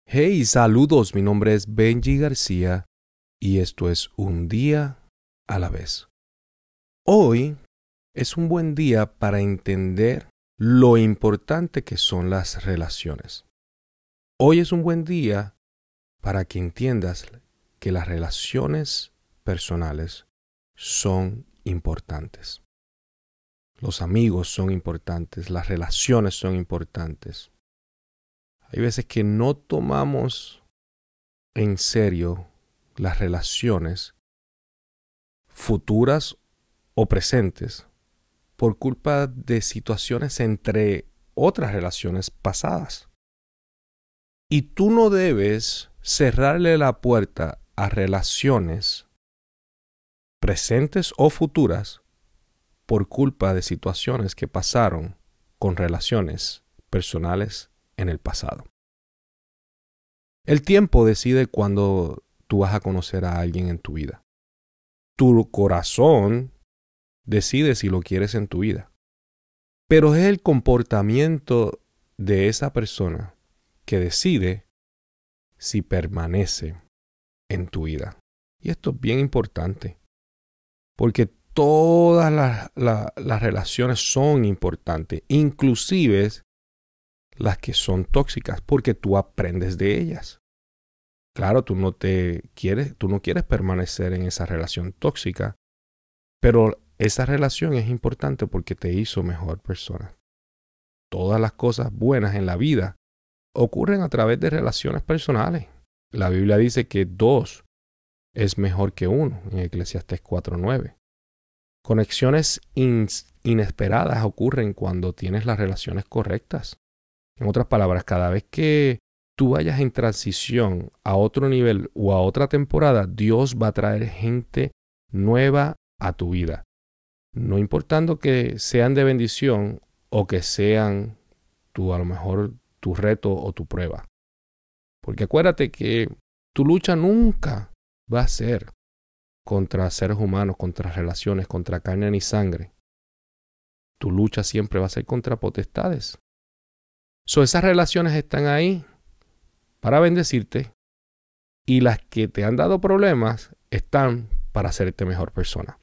Hey, saludos, mi nombre es Benji García y esto es Un Día a la Vez. Hoy es un buen día para entender lo importante que son las relaciones. Hoy es un buen día para que entiendas que las relaciones personales son importantes. Los amigos son importantes, las relaciones son importantes. Hay veces que no tomamos en serio las relaciones futuras o presentes por culpa de situaciones entre otras relaciones pasadas. Y tú no debes cerrarle la puerta a relaciones presentes o futuras por culpa de situaciones que pasaron con relaciones personales en el pasado. El tiempo decide cuándo tú vas a conocer a alguien en tu vida. Tu corazón decide si lo quieres en tu vida. Pero es el comportamiento de esa persona que decide si permanece en tu vida. Y esto es bien importante, porque todas las relaciones son importantes, inclusive las que son tóxicas, porque tú aprendes de ellas. Claro, tú no quieres permanecer en esa relación tóxica, pero esa relación es importante porque te hizo mejor persona. Todas las cosas buenas en la vida ocurren a través de relaciones personales. La Biblia dice que 2 es mejor que 1, en Eclesiastés 4:9. Conexiones inesperadas ocurren cuando tienes las relaciones correctas. En otras palabras, cada vez que tú vayas en transición a otro nivel o a otra temporada, Dios va a traer gente nueva a tu vida. No importando que sean de bendición o que sean a lo mejor tu reto o tu prueba. Porque acuérdate que tu lucha nunca va a ser contra seres humanos, contra relaciones, contra carne ni sangre. Tu lucha siempre va a ser contra potestades. Esas relaciones están ahí para bendecirte y las que te han dado problemas están para hacerte mejor persona.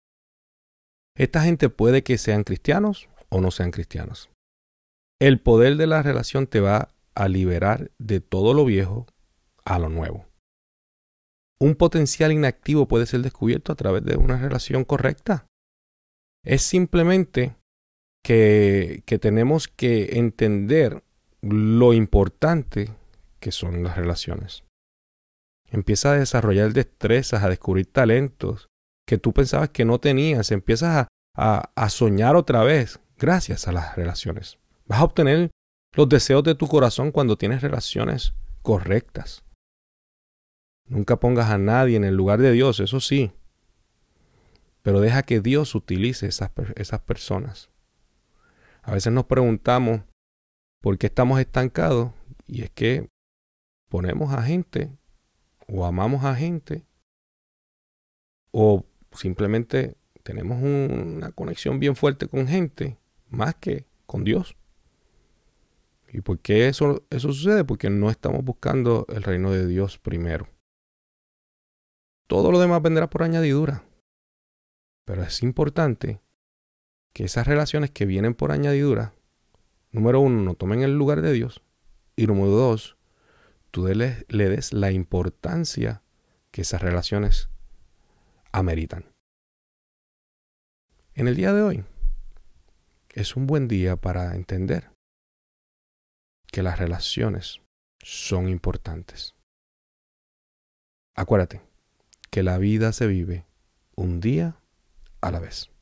Esta gente puede que sean cristianos o no sean cristianos. El poder de la relación te va a liberar de todo lo viejo a lo nuevo. Un potencial inactivo puede ser descubierto a través de una relación correcta. Es simplemente que tenemos que entender lo importante que son las relaciones. Empieza a desarrollar destrezas, a descubrir talentos que tú pensabas que no tenías. Empiezas a soñar otra vez gracias a las relaciones. Vas a obtener los deseos de tu corazón cuando tienes relaciones correctas. Nunca pongas a nadie en el lugar de Dios, eso sí. Pero deja que Dios utilice esas personas. A veces nos preguntamos por qué estamos estancados y es que ponemos a gente o amamos a gente o simplemente tenemos una conexión bien fuerte con gente más que con Dios. ¿Y por qué eso sucede? Porque no estamos buscando el reino de Dios primero. Todo lo demás vendrá por añadidura. Pero es importante que esas relaciones que vienen por añadidura, número 1, no tomen el lugar de Dios. Y número 2, tú le des la importancia que esas relaciones ameritan. En el día de hoy es un buen día para entender que las relaciones son importantes. Acuérdate que la vida se vive un día a la vez.